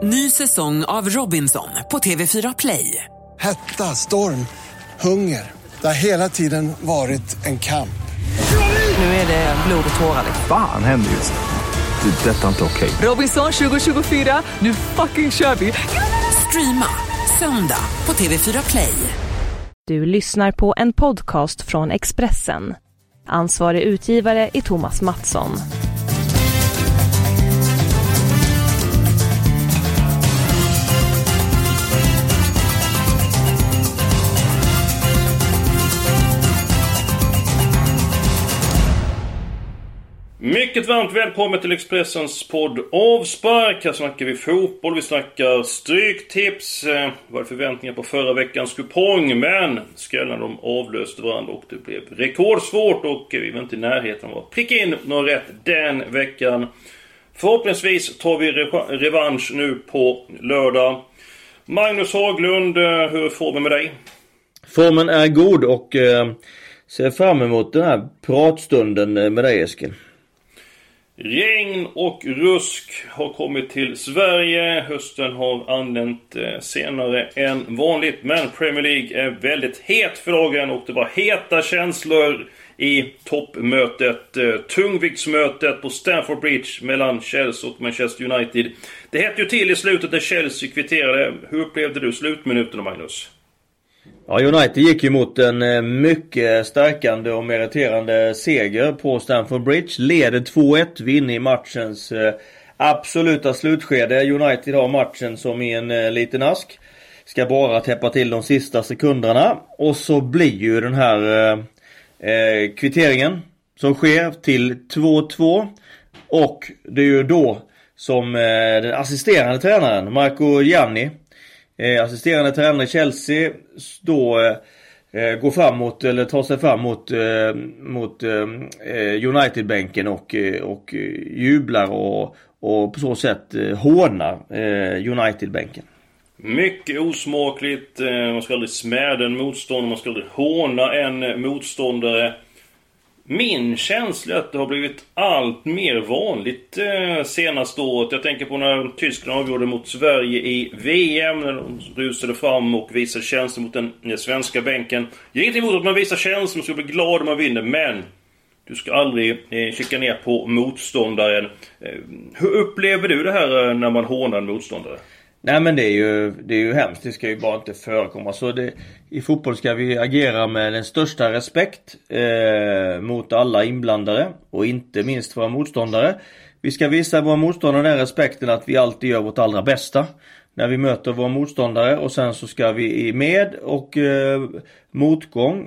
Ny säsong av Robinson på TV4 Play. Hetta, storm, hunger. Det har hela tiden varit en kamp. Nu är det blod och tårar. Fan händer just nu. Detta är inte okej. Robinson 2024, nu fucking kör vi. Streama söndag på TV4 Play. Du lyssnar på en podcast från Expressen. Ansvarig utgivare är Thomas Mattsson. Mycket varmt välkommen till Expressens podd Avspark. Här snackar vi fotboll, vi snackar stryktips. Var förväntningar på förra veckans kupong, men skrällarna de avlöste varandra och det blev rekordsvårt och vi var inte i närheten av att pricka in något rätt den veckan. Förhoppningsvis tar vi revansch nu på lördag. Magnus Haglund, hur är formen med dig? Formen är god och ser fram emot den här pratstunden med dig, Eskil. Regn och rusk har kommit till Sverige. Hösten har anlänt senare än vanligt. Men Premier League är väldigt het för dagen. Och det var heta känslor i toppmötet. Tungviktsmötet på Stamford Bridge mellan Chelsea och Manchester United. Det hette ju till i slutet när Chelsea kvitterade. Hur upplevde du slutminuterna, Magnus? Ja, United gick ju mot en mycket stärkande och meriterande seger på Stamford Bridge. Leder 2-1, vinner i matchens absoluta slutskede. United har matchen som i en liten ask. Ska bara täppa till de sista sekunderna. Och så blir ju den här kvitteringen som sker till 2-2. Och det är ju då som den assisterande tränaren, Marco Gianni, assisterande tränare i Chelsea, då går framåt eller tar sig fram mot United-bänken och jublar och på så sätt hånar United-bänken. Mycket osmakligt. Man ska aldrig smäda en motståndare, man ska aldrig håna en motståndare. Min känsla är att det har blivit allt mer vanligt senaste året. Jag tänker på när Tyskland avgjorde mot Sverige i VM, när de rusade fram och visade känslor mot den svenska bänken. Jag är inte emot att man visar känslor, man ska bli glad om man vinner, men du ska aldrig kika ner på motståndaren. Hur upplever du det här när man hånar en motståndare? Nej, men det är ju hemskt. Det ska ju bara inte förekomma. Så i fotboll ska vi agera med den största respekt mot alla inblandade och inte minst våra motståndare. Vi ska visa våra motståndare den respekten att vi alltid gör vårt allra bästa när vi möter våra motståndare, och sen så ska vi i med och motgång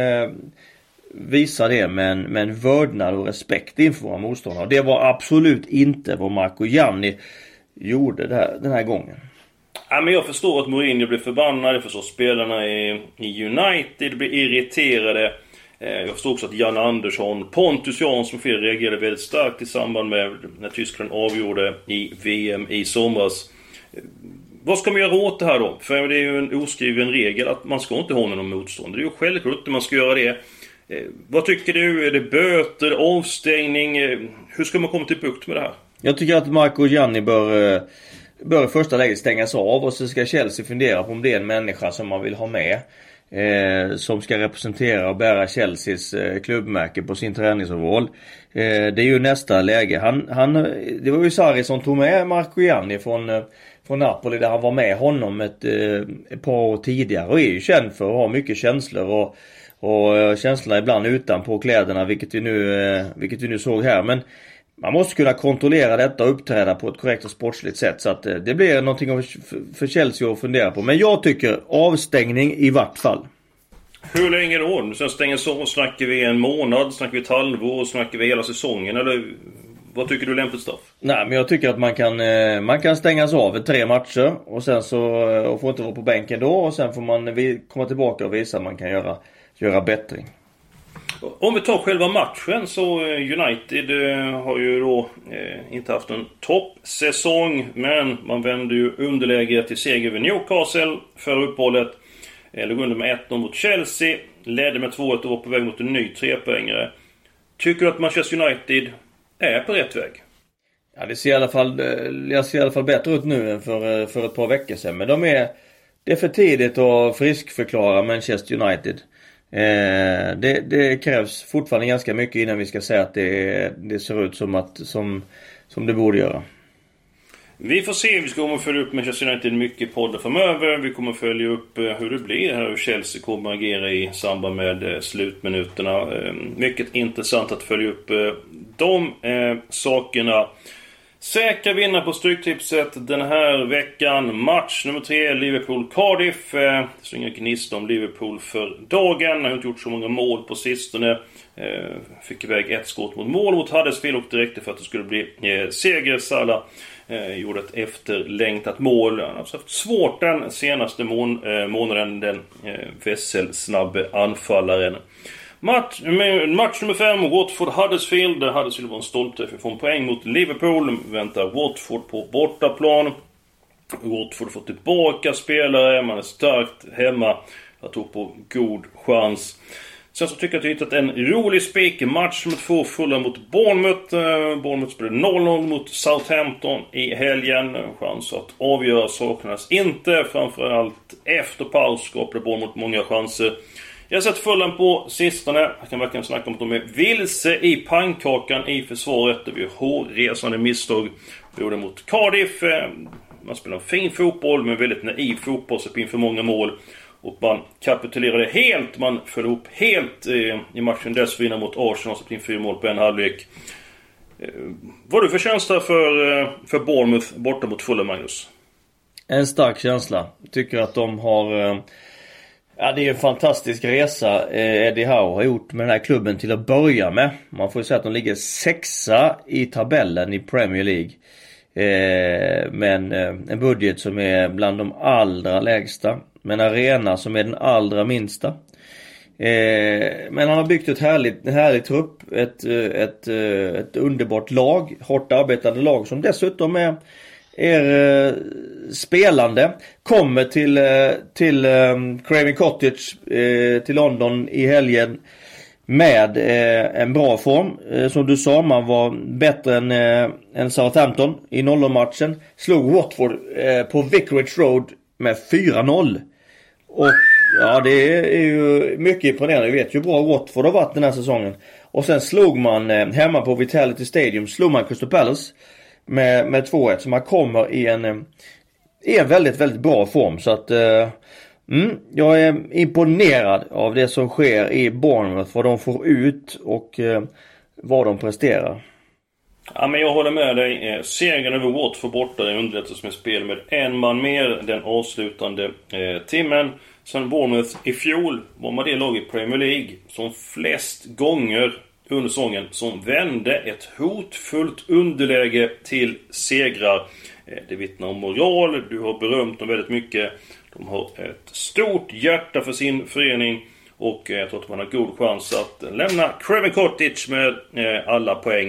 visa det med en vördnad och respekt inför våra motståndare. Det var absolut inte vad Marco Gianni gjorde den här gången. Ja, men jag förstår att Mourinho blir förbannad. Jag förstår spelarna i United blir irriterade. Jag förstår också att Jan Andersson, Pontus Jansson och fler reagerade väldigt starkt i samband med när Tyskland avgjorde i VM i somras. Vad ska man göra åt det här då? För det är ju en oskriven regel att man ska inte håna någon motstånd. Det är ju självklart att man ska göra det. Vad tycker du? Är det böter, avstängning? Hur ska man komma till bukt med det här? Jag tycker att Marco Gianni bör i första läget stängas av, och så ska Chelsea fundera på om det är en människa som man vill ha med, som ska representera och bära Chelseas klubbmärke på sin träningsoverall. Det är ju nästa läge. Det var ju Sarri som tog med Marco Gianni från Napoli, där han var med honom ett par år tidigare, och är ju känd för att ha mycket känslor och känslorna ibland utanpå kläderna, vilket vi nu såg här. Men man måste kunna kontrollera detta och uppträda på ett korrekt och sportsligt sätt, så att det blir någonting för Chelsea att fundera på. Men jag tycker avstängning i vart fall. Hur länge då? Sen stänger så, snackar vi en månad, snackar vi ett halvår, snackar vi hela säsongen, eller vad tycker du är lämpligt straff? Nej, men jag tycker att man kan stängas av 3 matcher och sen så och får inte vara på bänken då, och sen får man komma tillbaka och visa att man kan göra bättring. Om vi tar själva matchen, så United har ju då inte haft en toppsäsong, men man vände ju underläge till seger vid Newcastle för uppehållet. Låg under med 1-0 mot Chelsea, ledde med 2-1 och var på väg mot en ny 3-poängare. Tycker du att Manchester United är på rätt väg? Ja, det ser i alla fall bättre ut nu än för ett par veckor sedan. Men det är för tidigt att friskförklara Manchester United. Det krävs fortfarande ganska mycket innan vi ska säga att det ser ut som det borde göra. Vi får se, vi kommer följa upp Manchester United mycket poddar framöver. Vi kommer följa upp hur det blir här, hur Chelsea kommer agera i samband med slutminuterna. Mycket intressant att följa upp de sakerna. Säkra vinnare på Stryktipset den här veckan. Match nummer 3, Liverpool-Cardiff. Så inga gnist om Liverpool för dagen. Har inte gjort så många mål på sistone. Fick iväg ett skott mot mål mot Huddersfield och direkt för att det skulle bli seger. Salah gjorde ett efterlängtat mål. Han har haft svårt den senaste månaden, den vässelsnabbe anfallaren. Match nummer 5, Watford Huddersfield. Huddersfield var en stolt träff från poäng mot Liverpool. Väntar Watford på bortaplan. Watford får tillbaka spelare. Man är starkt hemma. Jag tog på god chans. Sen så tycker jag att jag hittat en rolig spik. Match nummer 2, Fulham mot Bournemouth. Bournemouth spelade 0-0 mot Southampton i helgen. Chans att avgöra saknas inte. Framförallt efter paus skapade Bournemouth många chanser. Jag har sett Fulham på sistone. Jag kan verkligen snacka om att de är vilse i pannkakan i försvaret. Det blir hårresande misstag. Vi gjorde mot Cardiff. Man spelar fin fotboll men väldigt naiv fotboll. Så in för många mål. Och man kapitulerade helt. Man föll ihop helt i matchen dessförinnan mot Arsenal. Så in 4 mål på en halvlek. Vad är du för känsla för Bournemouth borta mot Fulham, Magnus? En stark känsla. Tycker att de har... Ja, det är en fantastisk resa Eddie Howe har gjort med den här klubben till att börja med. Man får ju säga att de ligger 6:a i tabellen i Premier League. Men en budget som är bland de allra lägsta. Men en arena som är den allra minsta. Men han har byggt en härlig trupp. Ett underbart lag. Hårt arbetande lag som dessutom är spelande. Kommer till Craven Cottage till London i helgen med en bra form. Som du sa, man var bättre än Southampton i 0-matchen. Slog Watford på Vicarage Road med 4-0. Och ja, det är ju mycket imponerande. Vi vet ju bra Watford har varit den här säsongen. Och sen slog man hemma på Vitality Stadium, slog man Crystal Palace med 2-1. Så man kommer i en väldigt, väldigt bra form. Så att jag är imponerad av det som sker i Bournemouth. Vad de får ut och vad de presterar. Ja, men jag håller med dig. Segern över Watford borta underlättas med spel med en man mer den avslutande timmen. Sen Bournemouth i fjol var man det lag i Premier League som flest gånger under säsongen som vände ett hotfullt underläge till segrar. Det vittnar om moral. Du har berömt dem väldigt mycket. De har ett stort hjärta för sin förening. Och jag tror att man har god chans att lämna Craven Cottage med alla poäng.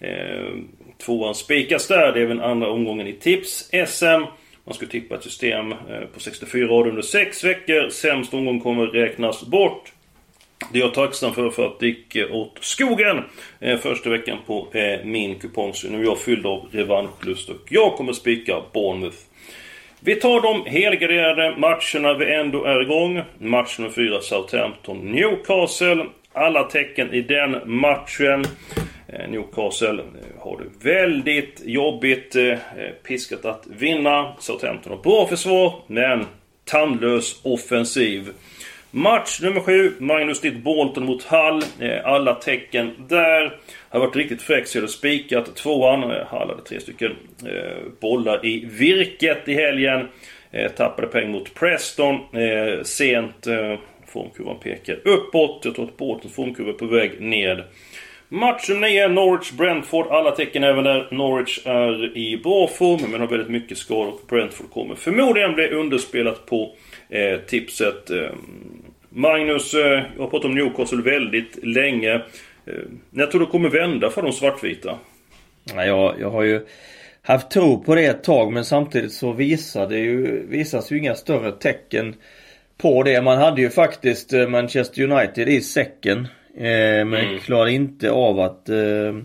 Tvåan spikas där. Det är även andra omgången i tips SM. Man ska tippa ett system på 64 år under 6 veckor. Sämst omgång kommer räknas bort. Det är jag tacksam för att det gick åt skogen första veckan på min kupong. Så nu är jag fylld av revanschlust och jag kommer spika Bournemouth. Vi tar de helgarderade matcherna vi ändå är igång. Match nummer 4, Southampton Newcastle. Alla tecken i den matchen. Newcastle har det väldigt jobbigt, piskat att vinna. Southampton har bra försvar men tandlös offensiv. Match nummer 7, Magnus ditt Bolton mot Hull. Alla tecken där. Har varit riktigt fräck så det spikat. Tvåan, Hull hade 3 stycken bollar i virket i helgen. Tappade poäng mot Preston. Sent, formkurvan pekar uppåt. Jag tror att Boltons formkurva är på väg ned. Match nummer 9, Norwich-Brentford. Alla tecken även där. Norwich är i bra form men har väldigt mycket skador och Brentford kommer förmodligen bli underspelat på tipset. Magnus, jag har pratat om Newcastle väldigt länge. När tror du kommer vända för de svartvita? Ja, jag har ju haft tro på det ett tag men samtidigt så visas ju inga större tecken på det. Man hade ju faktiskt Manchester United i säcken men klarade inte av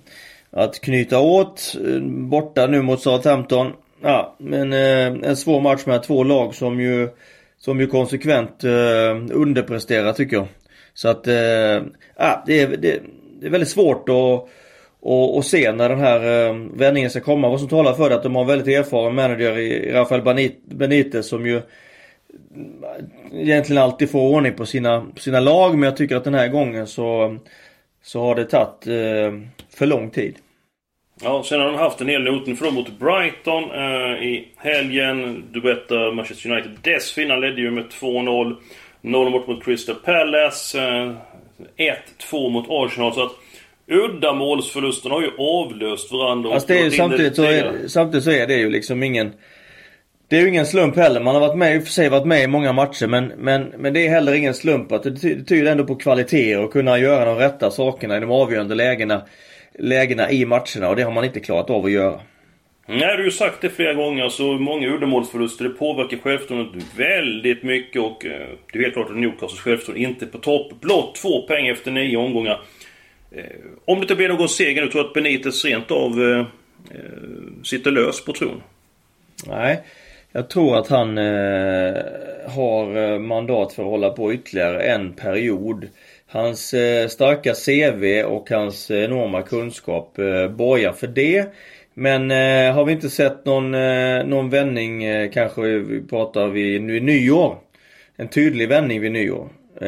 att knyta åt. Borta nu mot Southampton. Ja, men en svår match med 2 lag som ju konsekvent underpresterar, tycker jag. Så att det är väldigt svårt att se när den här vändningen ska komma. Vad som talar för det att de har en väldigt erfaren manager i Rafael Benitez, som ju egentligen alltid får ordning på sina lag. Men jag tycker att den här gången så har det tagit för lång tid. Ja, sen har de haft en hel noten för dem mot Brighton i helgen. Du vet, Manchester United dessfinnan ledde ju med 2-0. 0 mot Crystal Palace. 1-2 mot Arsenal. Så att uddamålsförlusten har ju avlöst varandra. Alltså samtidigt så är det ju liksom ingen... Det är ju ingen slump heller. Man har varit med i många matcher. Men det är heller ingen slump. Att det tyder ändå på kvalitet och kunna göra de rätta sakerna i de avgörande lägena i matcherna. Och det har man inte klarat av att göra. Nej, du har ju sagt det flera gånger. Så många uddamålsförluster, det påverkar självförtroendet väldigt mycket. Och det är helt klart att Newcastles självförtroende inte på topp. Blott 2 poäng efter 9 omgångar. Om det inte blir någon seger nu, tror jag att Benitez rent av sitter lös på tron. Nej, jag tror att han har mandat för att hålla på ytterligare en period. Hans starka CV och hans enorma kunskap borgar för det. Men har vi inte sett någon vändning, kanske pratar vi nu i nyår, en tydlig vändning vid nyår,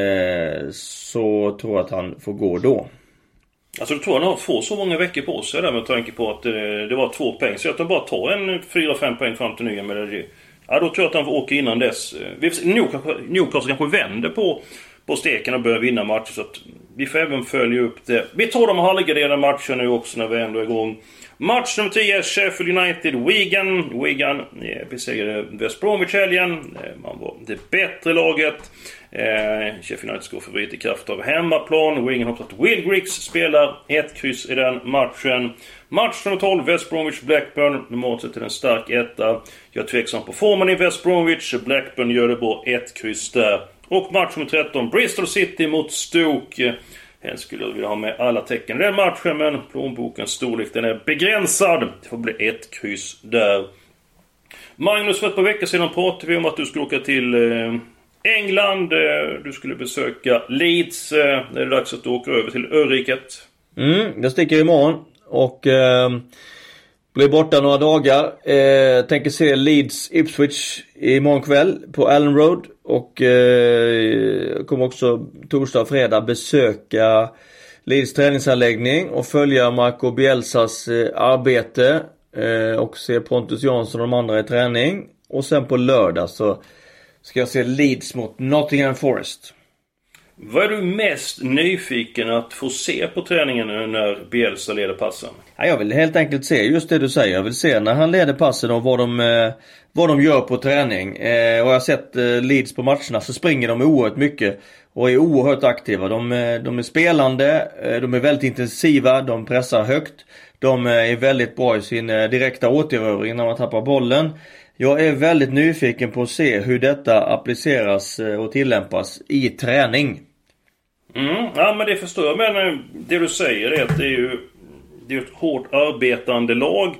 så tror jag att han får gå då. Alltså du tror han får så många veckor på sig där, med tanke på att det var 2 poäng. Så att han bara tar en 4-5 poäng fram till nya med. Ja, då tror jag att han får åka innan dess. Newcastle kanske vänder på steken och börjar vinna matcher. Så att vi får även följa upp det. Vi tar de halvgarderade matcher nu också när vi ändå är igång. Match nummer 10, Sheffield United, Wigan besegrade West Bromwich helgen. Man var det bättre laget. Sheffield United ska favorit i kraft av hemmaplan. Wigan hoppas att Will Griggs spelar 1 kryss i den matchen. Match nummer 12, West Bromwich Blackburn. Normalt sett är en stark 1. Jag är tveksam på formen i West Bromwich. Blackburn gör det på 1 kryss där. Och match nummer 13, Bristol City mot Stoke. Helst skulle jag vilja ha med alla tecken i den matchen, men plånbokens storlek den är begränsad. Det får bli 1 kryss där. Magnus, för ett par veckor sedan pratade vi om att du skulle åka till England. Du skulle besöka Leeds. Det är dags att du åker över till Öriket. Jag sticker imorgon och blir borta några dagar. Tänker se Leeds Ipswich imorgon kväll på Allen Road. Och kommer också torsdag och fredag besöka Leeds träningsanläggning och följa Marco Bielsas arbete och se Pontus Jansson och de andra i träning. Och sen på lördag så ska jag se Leeds mot Nottingham Forest. Vad är du mest nyfiken att få se på träningen när Bielsa leder passen? Ja, jag vill helt enkelt se just det du säger. Jag vill se när han leder passen och vad de gör på träning. Och jag har sett Leeds på matcherna, så springer de oerhört mycket och är oerhört aktiva. De är spelande, de är väldigt intensiva, de pressar högt. De är väldigt bra i sin direkta återröring när man tappar bollen. Jag är väldigt nyfiken på att se hur detta appliceras och tillämpas i träning. Ja, men det förstår jag. Men det du säger är att det är ett hårt arbetande lag.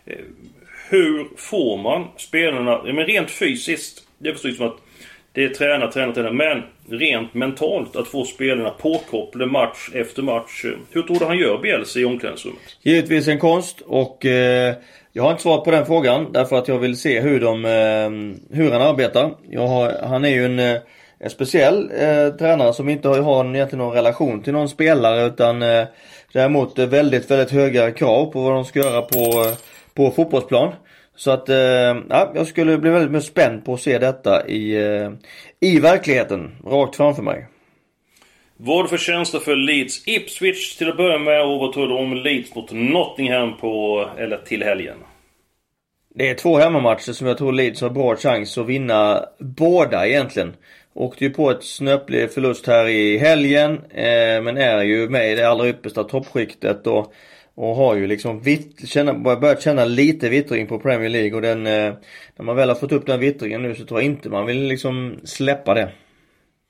Hur får man spelarna, men rent fysiskt, det förstår jag som att det är träna, men rent mentalt att få spelarna påkopplade match efter match. Hur tror du han gör Bielsa i omklädningsrummet? Givetvis en konst, och jag har inte svarat på den frågan därför att jag vill se hur han arbetar. Han är ju en speciell tränare som inte har egentligen någon relation till någon spelare, utan däremot väldigt, väldigt höga krav på vad de ska göra på fotbollsplan. Så att jag skulle bli väldigt spänd på att se detta i verkligheten rakt framför mig. Vad är det för känsla för Leeds Ipswich till att börja med, och vad tror du om Leeds mot Nottingham till helgen? Det är 2 hemmamatcher som jag tror Leeds har bra chans att vinna båda egentligen. Åkte ju på ett snöplig förlust här i helgen, men är ju med i det allra yppersta toppskiktet och har ju liksom börjat känna lite vittring på Premier League. Och när man väl har fått upp den vittringen nu, så tror jag inte man vill liksom släppa det.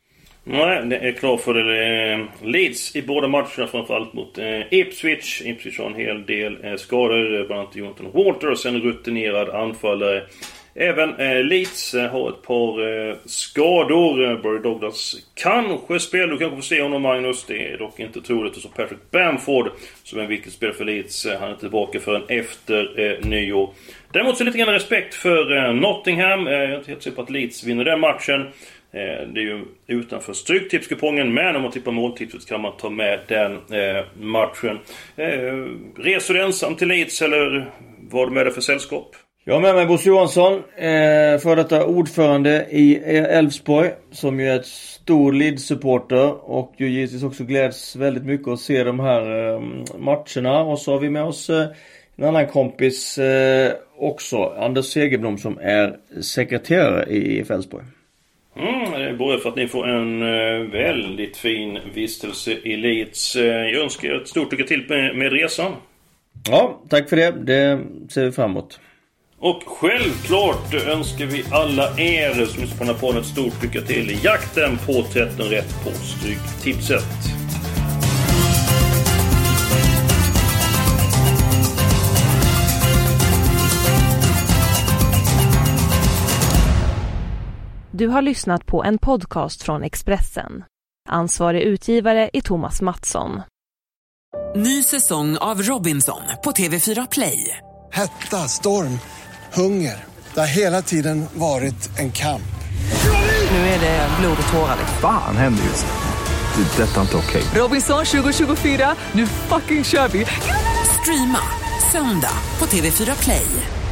Nej, det är klart för Leeds i båda matcherna, framförallt mot Ipswich. Ipswich har en hel del skador, bland annat Jonathan Walters, en rutinerad anfallare. Även Leeds har ett par skador. Barry Douglas kanske spelar, du kanske får se honom, Magnus. Det är dock inte troligt. Och så Patrick Bamford, som är en viktig spelare för Leeds, han är tillbaka förrän efter nyår. Däremot så lite grann respekt för Nottingham. Jag är inte helt säker på att Leeds vinner den matchen. Det är ju utanför stryktipskupongen, men om man tippar måltipset kan man ta med den matchen. Reser du ensam till Leeds eller var du med det för sällskap? Jag har med mig Bosse Johansson, för detta ordförande i Elfsborg, som ju är ett stor Leeds-supporter och ju givetvis också gläds väldigt mycket att se de här matcherna. Och så har vi med oss en annan kompis också, Anders Segerblom, som är sekreterare i Elfsborg. Det är både för att ni får en väldigt fin vistelse i Leeds. Jag önskar er ett stort lycka till med resan. Ja, tack för det. Det ser vi framåt. Och självklart önskar vi alla er som lyssnar på den här podden ett stort lycka till i jakten på 13 rätt på Stryktipset. Du har lyssnat på en podcast från Expressen. Ansvarig utgivare är Thomas Mattsson. Ny säsong av Robinson på TV4 Play. Hetta, storm, hunger. Det har hela tiden varit en kamp. Nu är det blod och tårar. Fan händer just det. Detta är inte okej. Robinson 2024, nu fucking kör vi. Streama söndag på TV4 Play.